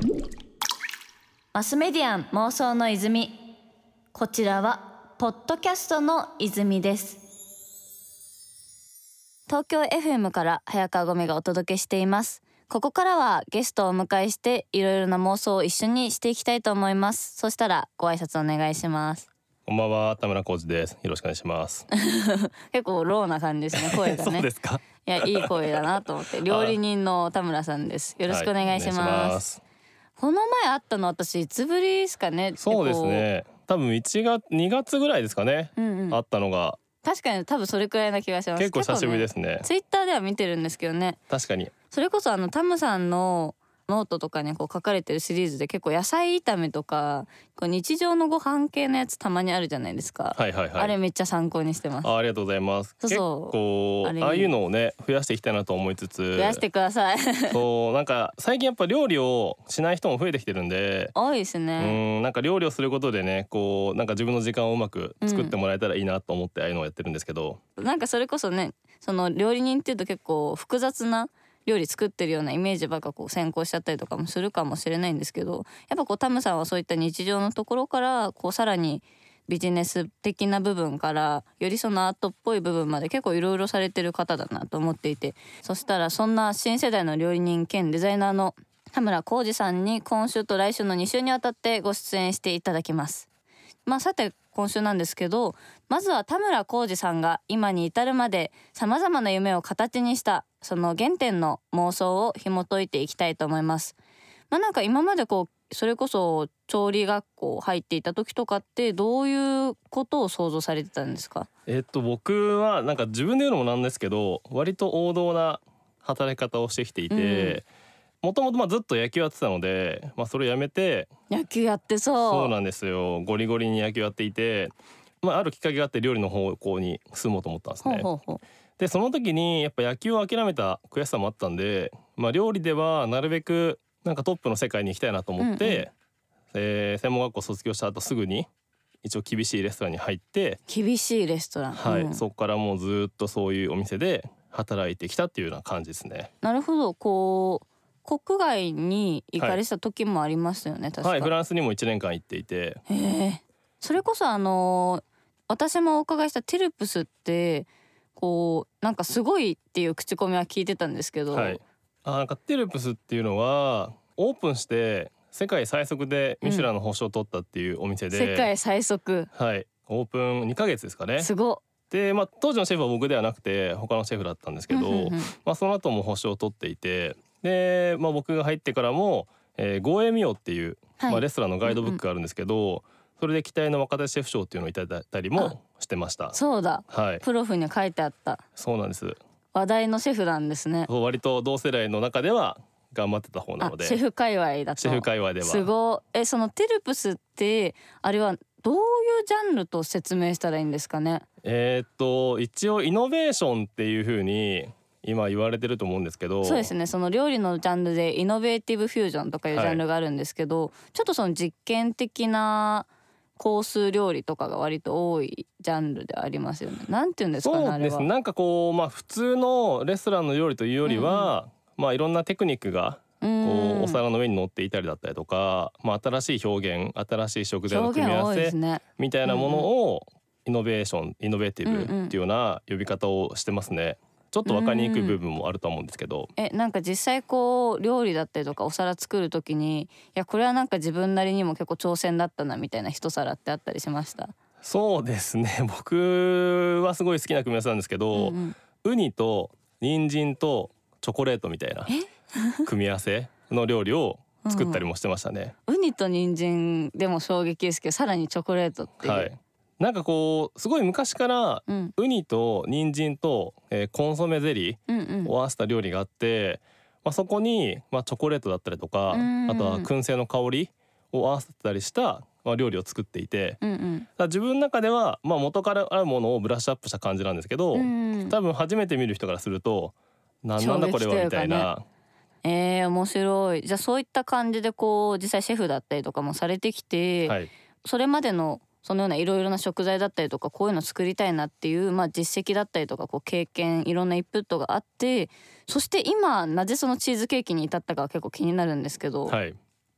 マスメディアン妄想の泉。こちらはポッドキャストの泉です。東京 FM から早川ゴミがお届けしています。ここからはゲストをお迎えしていろいろな妄想を一緒にしていきたいと思います。そしたらご挨拶お願いします。 こんばんは、田村浩二です。よろしくお願いします。 結構ローな感じですね、声がね。 そうですか。 いや、いい声だなと思って。料理人の田村さんです。よろしくお願いします。 はい、お願いします。 この前会ったの私いつぶりですかね。 そうですね。多分1月2月ぐらいですかね。会ったのが。 確かに多分それくらいな気がします。 結構久しぶりですね。 ツイッターでは見てるんですけどね。 確かに。 それこそタムさんのノートとかにこう書かれてるシリーズで結構野菜炒めとかこう日常のご飯系のやつたまにあるじゃないですか。 はいはいはい。 あれめっちゃ参考にしてます。 ありがとうございます。結構ああいうのをね増やしていきたいなと思いつつ。 増やしてください。 そうなんか最近やっぱ料理をしない人も増えてきてるんで。 多いですね。 なんか料理をすることでねこうなんか自分の時間をうまく作ってもらえたらいいなと思ってああいうのをやってるんですけど。 なんかそれこそねその料理人っていうと結構複雑な料理作ってるようなイメージばっかこう先行しちゃったりとかもするかもしれないんですけど、やっぱこうタムさんはそういった日常のところからこうさらにビジネス的な部分からよりそのアートっぽい部分まで結構いろいろされてる方だなと思っていて、そしたらそんな新世代の料理人兼デザイナーの田村浩二さんに今週と来週の2週にわたってご出演していただきます。さて今週なんですけど、まずは田村浩二さんが今に至るまでさまざまな夢を形にしたその原点の妄想を紐解いていきたいと思います。なんか今までこうそれこそ調理学校入っていた時とかってどういうことを想像されてたんですか？ 僕はなんか自分で言うのもなんですけど割と王道な働き方をしてきていて、もともとずっと野球やってたので、それやめて野球やってそうなんですよ。ゴリゴリに野球やっていて、あるきっかけがあって料理の方向に進もうと思ったんですね。でその時にやっぱ野球を諦めた悔しさもあったんで、料理ではなるべくなんかトップの世界に行きたいなと思って、専門学校卒業した後すぐに一応厳しいレストランに入って。 厳しいレストラン、 そこからもうずっとそういうお店で働いてきたっていうような感じですね。 なるほど。こう国外に行かれた時もありましたよね、確か。 フランスにも1年間行っていて。 それこそ私もお伺いしたテルプスってこうなんかすごいっていう口コミは聞いてたんですけど、 なんかテルプスっていうのはオープンして世界最速でミシュランの星を取ったっていうお店で、 世界最速。 オープン2ヶ月ですかね。 すごっ。 で、当時のシェフは僕ではなくて他のシェフだったんですけど、その後も星を取っていて、で、僕が入ってからも、ゴーエミオっていう、レストランのガイドブックがあるんですけど、それで期待の若手シェフ賞っていうのをいただいたりもしてました。 そうだ、プロフに書いてあった。 そうなんです。 話題のシェフなんですね。 割と同世代の中では頑張ってた方なので。 シェフ界隈だと。 シェフ界隈ではすごい。そのテルプスってあれはどういうジャンルと説明したらいいんですかね？ 一応イノベーションっていう風に今言われてると思うんですけど。 そうですね。その料理のジャンルでイノベーティブフュージョンとかいうジャンルがあるんですけど、ちょっとその実験的なコース料理とかが割と多いジャンルでありますよね。なんていうんですかね、 そうですね。なんかこう普通のレストランの料理というよりは、いろんなテクニックがこうお皿の上に乗っていたりだったりとか、新しい表現、新しい食材の組み合わせみたいなものをイノベーション、イノベーティブっていうような呼び方をしてますね。ちょっと分かりにくい部分もあると思うんですけど。 なんか実際こう料理だったりとかお皿作る時に、いやこれはなんか自分なりにも結構挑戦だったなみたいな一皿ってあったりしました？ そうですね。僕はすごい好きな組み合わせなんですけど、ウニと人参とチョコレートみたいな組み合わせの料理を作ったりもしてましたね。 ウニと人参でも衝撃ですけど、さらにチョコレートっていう、 なんかこうすごい昔から、ウニと人参と、コンソメゼリーを合わせた料理があって、そこに、チョコレートだったりとか、あとは燻製の香りを合わせたりした、料理を作っていて、だから自分の中では、元からあるものをブラッシュアップした感じなんですけど、多分初めて見る人からするとなんだこれはみたいな。 面白い。じゃあそういった感じでこう実際シェフだったりとかもされてきて、それまでのそのようないろいろな食材だったりとかこういうの作りたいなっていう、実績だったりとかこう経験、いろんなインプットがあって、そして今なぜそのチーズケーキに至ったかは結構気になるんですけど、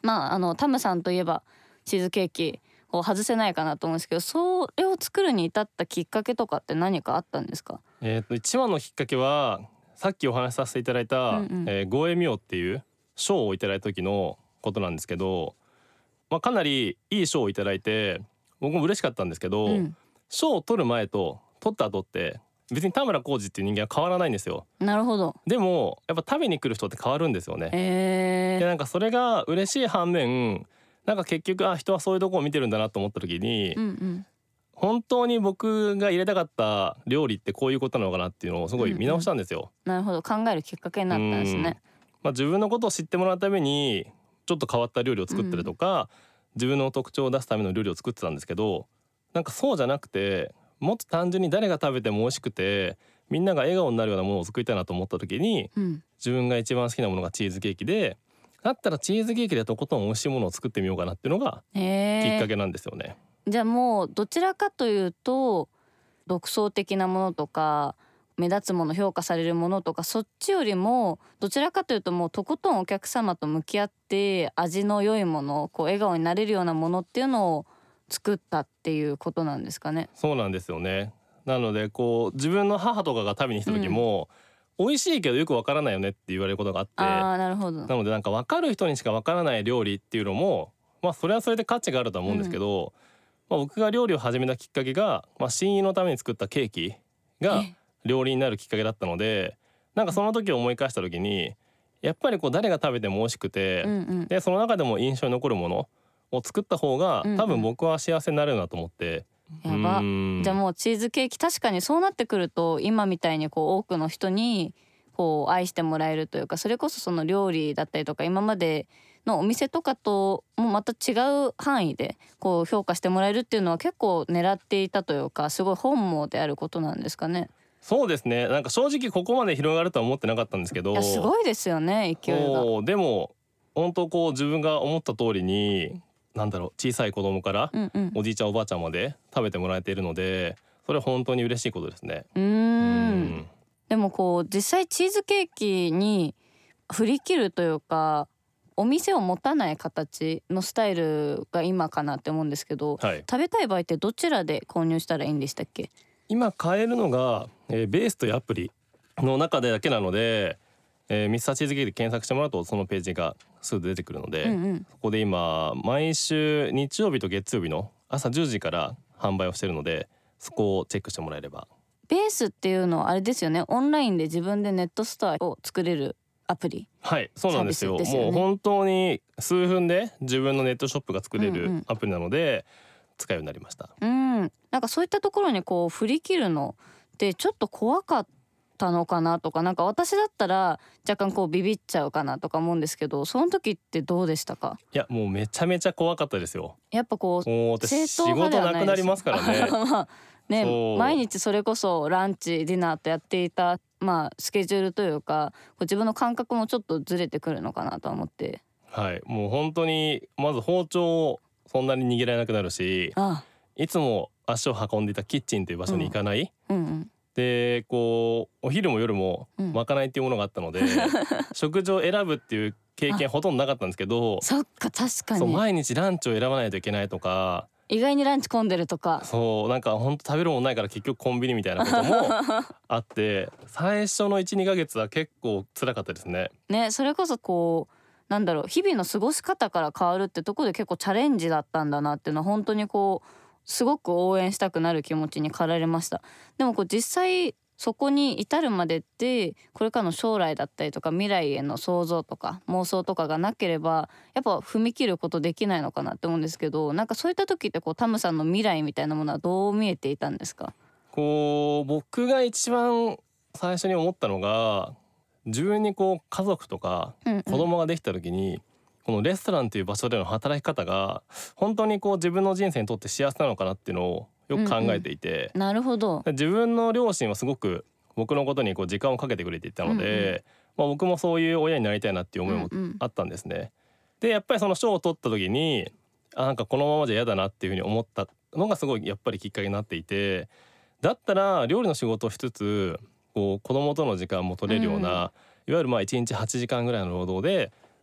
タムさんといえばチーズケーキを外せないかなと思うんですけど、それを作るに至ったきっかけとかって何かあったんですか？ 一番のきっかけはさっきお話しさせていただいた、ゴエミオっていう賞をいただいた時のことなんですけど、かなりいい賞をいただいて僕も嬉しかったんですけど、賞を取る前と取った後って別に田村浩二っていう人間は変わらないんですよ。 なるほど。 でもやっぱ食べに来る人って変わるんですよね。でなんかそれが嬉しい反面、なんか結局人はそういうとこを見てるんだなと思った時に、本当に僕が入れたかった料理ってこういうことなのかなっていうのをすごい見直したんですよ。 なるほど、考えるきっかけになったんですね。 自分のことを知ってもらうためにちょっと変わった料理を作ったりとか、自分の特徴を出すための料理を作ってたんですけど、なんかそうじゃなくてもっと単純に誰が食べても美味しくてみんなが笑顔になるようなものを作りたいなと思った時に、自分が一番好きなものがチーズケーキで、だったらチーズケーキでとことん美味しいものを作ってみようかなっていうのがきっかけなんですよね。 じゃあもうどちらかというと独創的なものとか目立つもの、評価されるものとか、そっちよりもどちらかというともうとことんお客様と向き合って味の良いもの、笑顔になれるようなものっていうのを作ったっていうことなんですかね。 そうなんですよね。なので自分の母とかが食べに来た時も、美味しいけどよくわからないよねって言われることがあって、 なるほど。 なのでなんか分かる人にしかわからない料理っていうのもそれはそれで価値があるとは思うんですけど、僕が料理を始めたきっかけが、親友のために作ったケーキが料理になるきっかけだったので、なんかその時を思い返した時にやっぱり誰が食べても美味しくて、でその中でも印象に残るものを作った方が多分僕は幸せになれるなと思って、 やば。じゃあもうチーズケーキ、確かにそうなってくると今みたいに多くの人に愛してもらえるというか、それこそその料理だったりとか今までのお店とかともまた違う範囲で評価してもらえるっていうのは結構狙っていたというか、すごい本望であることなんですかね。 そうですね。なんか正直ここまで広がるとは思ってなかったんですけど、 いやすごいですよね、勢いが。 でも本当自分が思った通りに小さい子供からおじいちゃんおばあちゃんまで食べてもらえているので、それは本当に嬉しいことですね。 でも実際チーズケーキに振り切るというか、お店を持たない形のスタイルが今かなって思うんですけど、食べたい場合ってどちらで購入したらいいんでしたっけ？ 今買えるのが、ベースというアプリの中でだけなので、ミスターチーズケーキで検索してもらうとそのページがすぐ出てくるので、そこで今毎週日曜日と月曜日の朝10時から販売をしてるので、そこをチェックしてもらえれば。 ベースっていうのはあれですよね、オンラインで自分でネットストアを作れるアプリ。 はい、そうなんですよ。もう本当に数分で自分のネットショップが作れるアプリなので、使うようになりました。 なんかそういったところに振り切るのってちょっと怖かったのかなとか、なんか私だったら若干ビビっちゃうかなとか思うんですけど、その時ってどうでしたか？ いやもうめちゃめちゃ怖かったですよ。 やっぱもう私仕事なくなりますからね。 毎日それこそランチディナーとやっていたスケジュールというか、自分の感覚もちょっとずれてくるのかなと思って。 はい、もう本当にまず包丁をそんなに握られなくなるし、いつも足を運んでいたキッチンという場所に行かない、でお昼も夜もまかないっていうものがあったので、食事を選ぶっていう経験ほとんどなかったんですけど、 そっか、確かに毎日ランチを選ばないといけないとか、 意外にランチ混んでるとか、 なんか本当食べるものないから結局コンビニみたいなこともあって最初の 1,2 ヶ月は結構辛かったですね。 それこそ日々の過ごし方から変わるってとこで結構チャレンジだったんだなっていうのは本当にすごく応援したくなる気持ちに駆られました。でも実際そこに至るまでってこれからの将来だったりとか未来への想像とか妄想とかがなければやっぱ踏み切ることできないのかなって思うんですけど、なんかそういった時ってタムさんの未来みたいなものはどう見えていたんですか？ 僕が一番最初に思ったのが、自分に家族とか子供ができた時に、このレストランという場所での働き方が本当に自分の人生にとって幸せなのかなっていうのをよく考えていて、 なるほど。 自分の両親はすごく僕のことに時間をかけてくれていたので、僕もそういう親になりたいなっていう思いもあったんですね。でやっぱりその賞を取った時になんかこのままじゃ嫌だなっていうふうに思ったのがすごいやっぱりきっかけになっていて、だったら料理の仕事をしつつ子供との時間も取れるような、いわゆる1日8時間ぐらいの労働で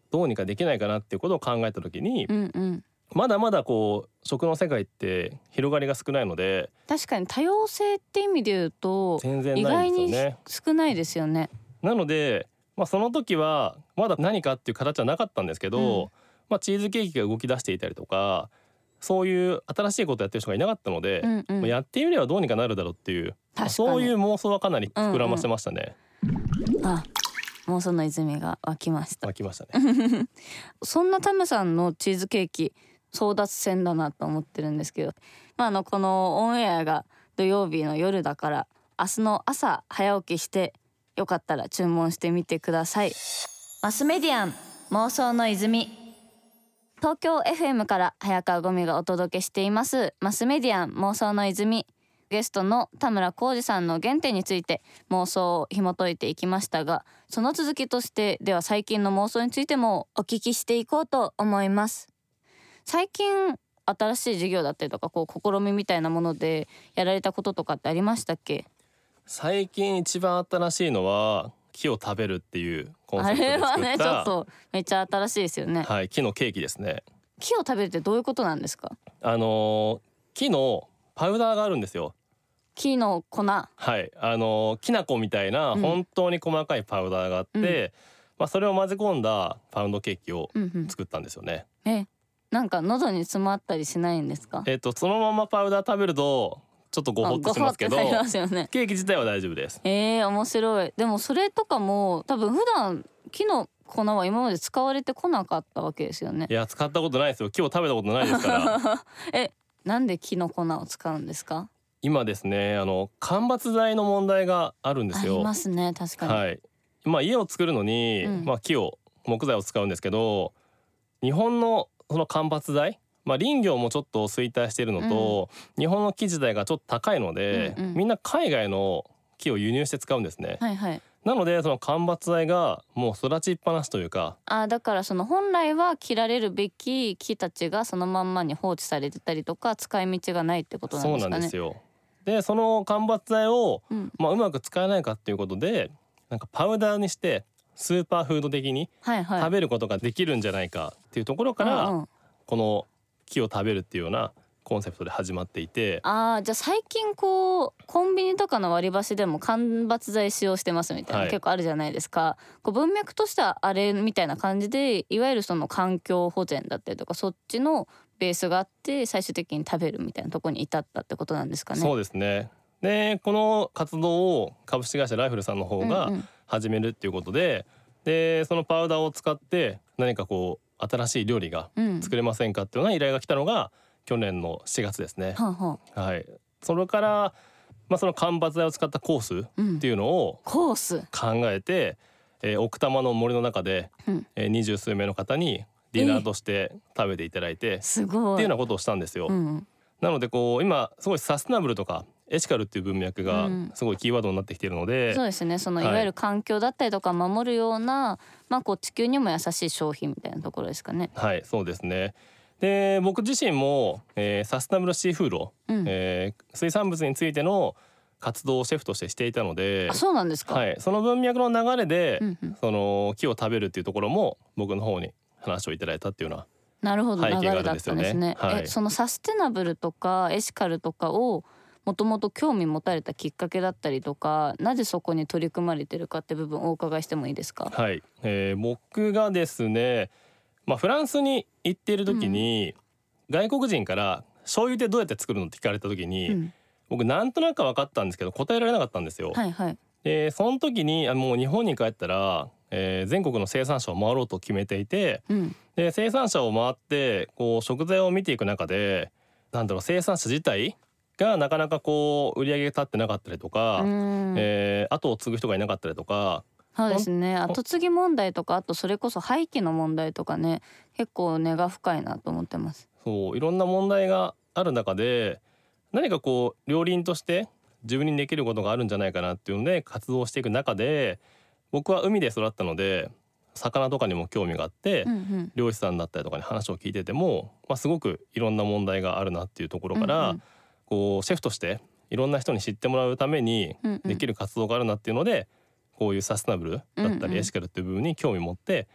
どうにかできないかなっていうことを考えた時に、 うんうん、 まだまだこう食の世界って広がりが少ないので、 確かに多様性って意味で言うと全然意外ないんですよにね。 少ないですよね。 なので、その時はまだ何かっていう形はなかったんですけど、チーズケーキが動き出していたりとか、そういう新しいことやってる人がいなかったので、 うんうん、 やってみればどうにかなるだろうっていう、 確かにそういう妄想はかなり膨らませましたね。 あ、妄想の泉が湧きました。 湧きましたね。 そんなタムさんのチーズケーキ争奪戦だなと思ってるんですけど、このオンエアが土曜日の夜だから、明日の朝早起きしてよかったら注文してみてください。マスメディアン妄想の泉、東京 FM から早川ゴミがお届けしていますマスメディアン妄想の泉。ゲストの田村浩二さんの原点について妄想を紐解いていきましたが、その続きとしてでは最近の妄想についてもお聞きしていこうと思います。最近新しい授業だったりとか試みみたいなものでやられたこととかってありましたっけ？ 最近一番新しいのは木を食べるっていうコンセプトで作った、 あれはねちょっとめっちゃ新しいですよね。 はい、木のケーキですね。 木を食べるってどういうことなんですか？ 木のパウダーがあるんですよ。 木の粉。 はい、きな粉みたいな本当に細かいパウダーがあって、それを混ぜ込んだパウンドケーキを作ったんですよね。 なんか喉に詰まったりしないんですか？ そのままパウダー食べるとちょっとごほっとしますけど、 ごほってなりますよね。 ケーキ自体は大丈夫です。 面白い。でもそれとかも多分普段木の粉は今まで使われてこなかったわけですよね。 いや使ったことないですよ。木を食べたことないですからなんで木の粉を使うんですか？ 今ですね、間伐材の問題があるんですよ。 ありますね、確かに。 はい、家を作るのに、木材を使うんですけど、日本のその間伐材、林業もちょっと衰退しているのと、日本の木自体がちょっと高いので、みんな海外の木を輸入して使うんですね。なのでその間伐材がもう育ちっぱなしというか、 だからその本来は切られるべき木たちがそのまんまに放置されてたりとか、使い道がないってことなんですかね。 そうなんですよ。でその間伐材を、うまく使えないかっていうことで、なんかパウダーにしてスーパーフード的に食べることができるんじゃないかっていうところから、この木を食べるっていうようなコンセプトで始まっていて。 じゃあ最近コンビニとかの割り箸でも間伐材使用してますみたいな、結構あるじゃないですか。文脈としてはあれみたいな感じで、いわゆるその環境保全だったりとか、そっちのベースがあって最終的に食べるみたいなところに至ったってことなんですかね。 そうですね。でこの活動を株式会社ライフルさんの方が始めるっていうことで、でそのパウダーを使って何か新しい料理が作れませんかっていうような依頼が来たのが去年の7月ですね。はい、それから、その間伐材を使ったコースっていうのを考えて、奥多摩の森の中で、20数名の方にディナーとして食べていただいて、 すごいっていうようなことをしたんですよ。なので今すごいサステナブルとかエシカルっていう文脈がすごいキーワードになってきているので、 そうですね。いわゆる環境だったりとか守るような、地球にも優しい商品みたいなところですかね。 はい、そうですね。で僕自身も、サステナブルシーフード、水産物についての活動をシェフとしてしていたので。 そうなんですか。 はい、その文脈の流れで、その木を食べるっていうところも僕の方に話をいただいたっていうような背景があるんですよね。 そのサステナブルとかエシカルとかをもともと興味持たれたきっかけだったりとか、なぜそこに取り組まれてるかって部分をお伺いしてもいいですか？ はい、僕がですね、フランスに行っている時に、外国人から醤油ってどうやって作るのって聞かれた時に、僕なんとなく分かったんですけど答えられなかったんですよ。でその時にもう日本に帰ったら、全国の生産者を回ろうと決めていて、で生産者を回って食材を見ていく中で、生産者自体がなかなか売り上げが立ってなかったりとか、後を継ぐ人がいなかったりとか。 そうですね。後継ぎ問題とか、あとそれこそ廃棄の問題とかね、結構根が深いなと思ってます。 そういろんな問題がある中で、何か料理人として自分にできることがあるんじゃないかなっていうので活動していく中で、僕は海で育ったので魚とかにも興味があって、漁師さんだったりとかに話を聞いてても、すごくいろんな問題があるなっていうところから、シェフとしていろんな人に知ってもらうためにできる活動があるなっていうので、こういうサステナブルだったりエシカルっていう部分に興味持って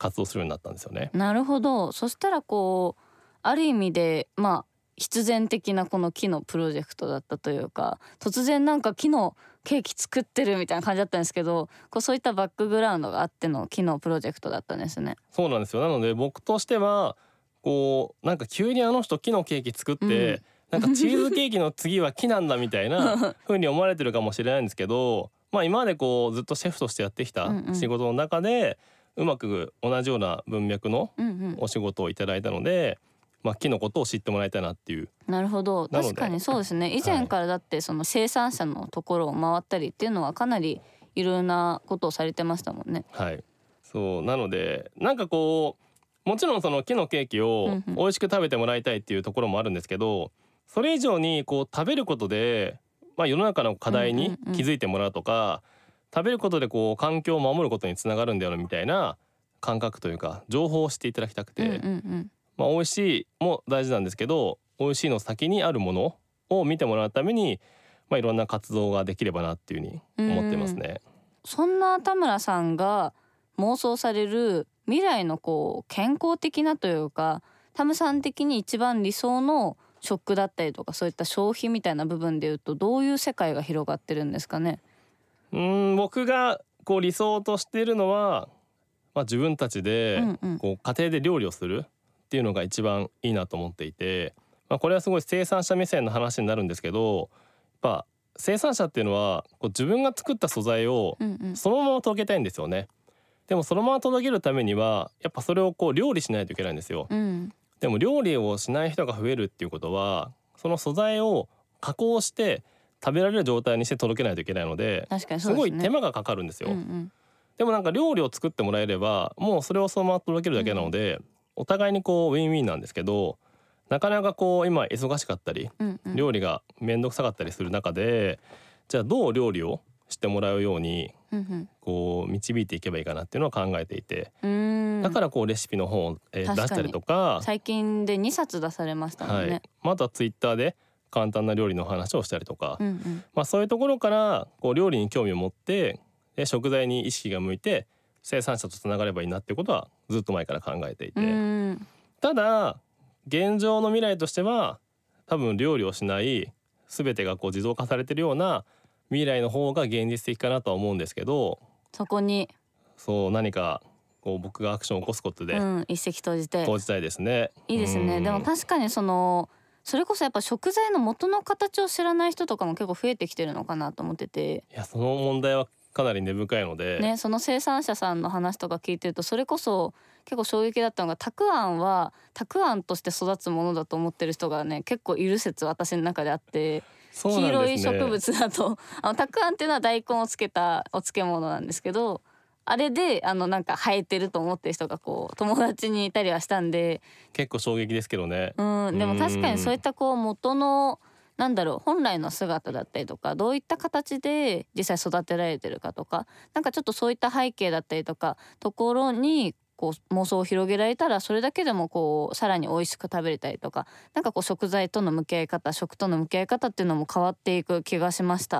活動するようになったんですよね。 なるほど。そしたらこうある意味で必然的なこの木のプロジェクトだったというか、突然なんか木のケーキ作ってるみたいな感じだったんですけど、そういったバックグラウンドがあっての木のプロジェクトだったんですね。 そうなんですよ。なので僕としてはなんか急にあの人木のケーキ作って、なんかチーズケーキの次は木なんだみたいな風に思われてるかもしれないんですけど今までずっとシェフとしてやってきた仕事の中で、うまく同じような文脈のお仕事をいただいたので、木のことを知ってもらいたいなっていう。 なるほど。確かにそうですね。以前からだってその生産者のところを回ったりっていうのはかなりいろんなことをされてましたもんね。 はい。そうなのでなんかもちろんその木のケーキを美味しく食べてもらいたいっていうところもあるんですけど、それ以上に食べることで、世の中の課題に気づいてもらうとか、食べることで環境を守ることにつながるんだよみたいな感覚というか情報を知っていただきたくて、美味しいも大事なんですけど、美味しいの先にあるものを見てもらうために、いろんな活動ができればなっていうふうに思ってますね。 そんな田村さんが妄想される未来の健康的なというか、田村さん的に一番理想の食だったりとか、そういった消費みたいな部分でいうとどういう世界が広がってるんですかね。 僕が理想としているのは、自分たちで家庭で料理をするっていうのが一番いいなと思っていて、これはすごい生産者目線の話になるんですけど、やっぱ生産者っていうのは自分が作った素材をそのまま届けたいんですよね。でもそのまま届けるためにはやっぱそれを料理しないといけないんですよ。でも料理をしない人が増えるっていうことは、その素材を加工して食べられる状態にして届けないといけないので、すごい手間がかかるんですよ。でもなんか料理を作ってもらえればもうそれをそのまま届けるだけなので、お互いにウィンウィンなんですけど、なかなか今忙しかったり、料理が面倒くさかったりする中で、じゃあどう料理をしてもらうように導いていけばいいかなっていうのを考えていて、だからレシピの本を出したりとか、 最近で2冊出されましたもんね。 あとはツイッターで簡単な料理の話をしたりとか、そういうところから料理に興味を持って食材に意識が向いて生産者とつながればいいなっていうことはずっと前から考えていて、ただ現状の未来としては多分料理をしない全てが自動化されてるような未来の方が現実的かなとは思うんですけど、 そこに何か僕がアクションを起こすことで、 一石投じたいですね。 いいですね。でも確かにそれこそやっぱ食材の元の形を知らない人とかも結構増えてきてるのかなと思ってて、 いやその問題はかなり根深いのでね、その生産者さんの話とか聞いてると、それこそ結構衝撃だったのが、たくあんはたくあんとして育つものだと思ってる人がね結構いる説私の中であって、黄色い植物だとたくあんっていうのは大根をつけたお漬物なんですけど、あれでなんか生えてると思ってる人が友達にいたりはしたんで、 結構衝撃ですけどね。 でも確かにそういった元の本来の姿だったりとか、どういった形で実際育てられてるかとか、なんかちょっとそういった背景だったりとかところに妄想を広げられたら、それだけでもさらに美味しく食べれたりとか、なんか食材との向き合い方、食との向き合い方っていうのも変わっていく気がしました。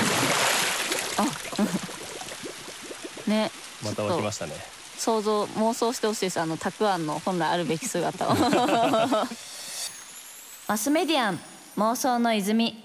ね、 また起きましたね。 妄想してほしいです。たくあんの本来あるべき姿をマスメディアン妄想の泉。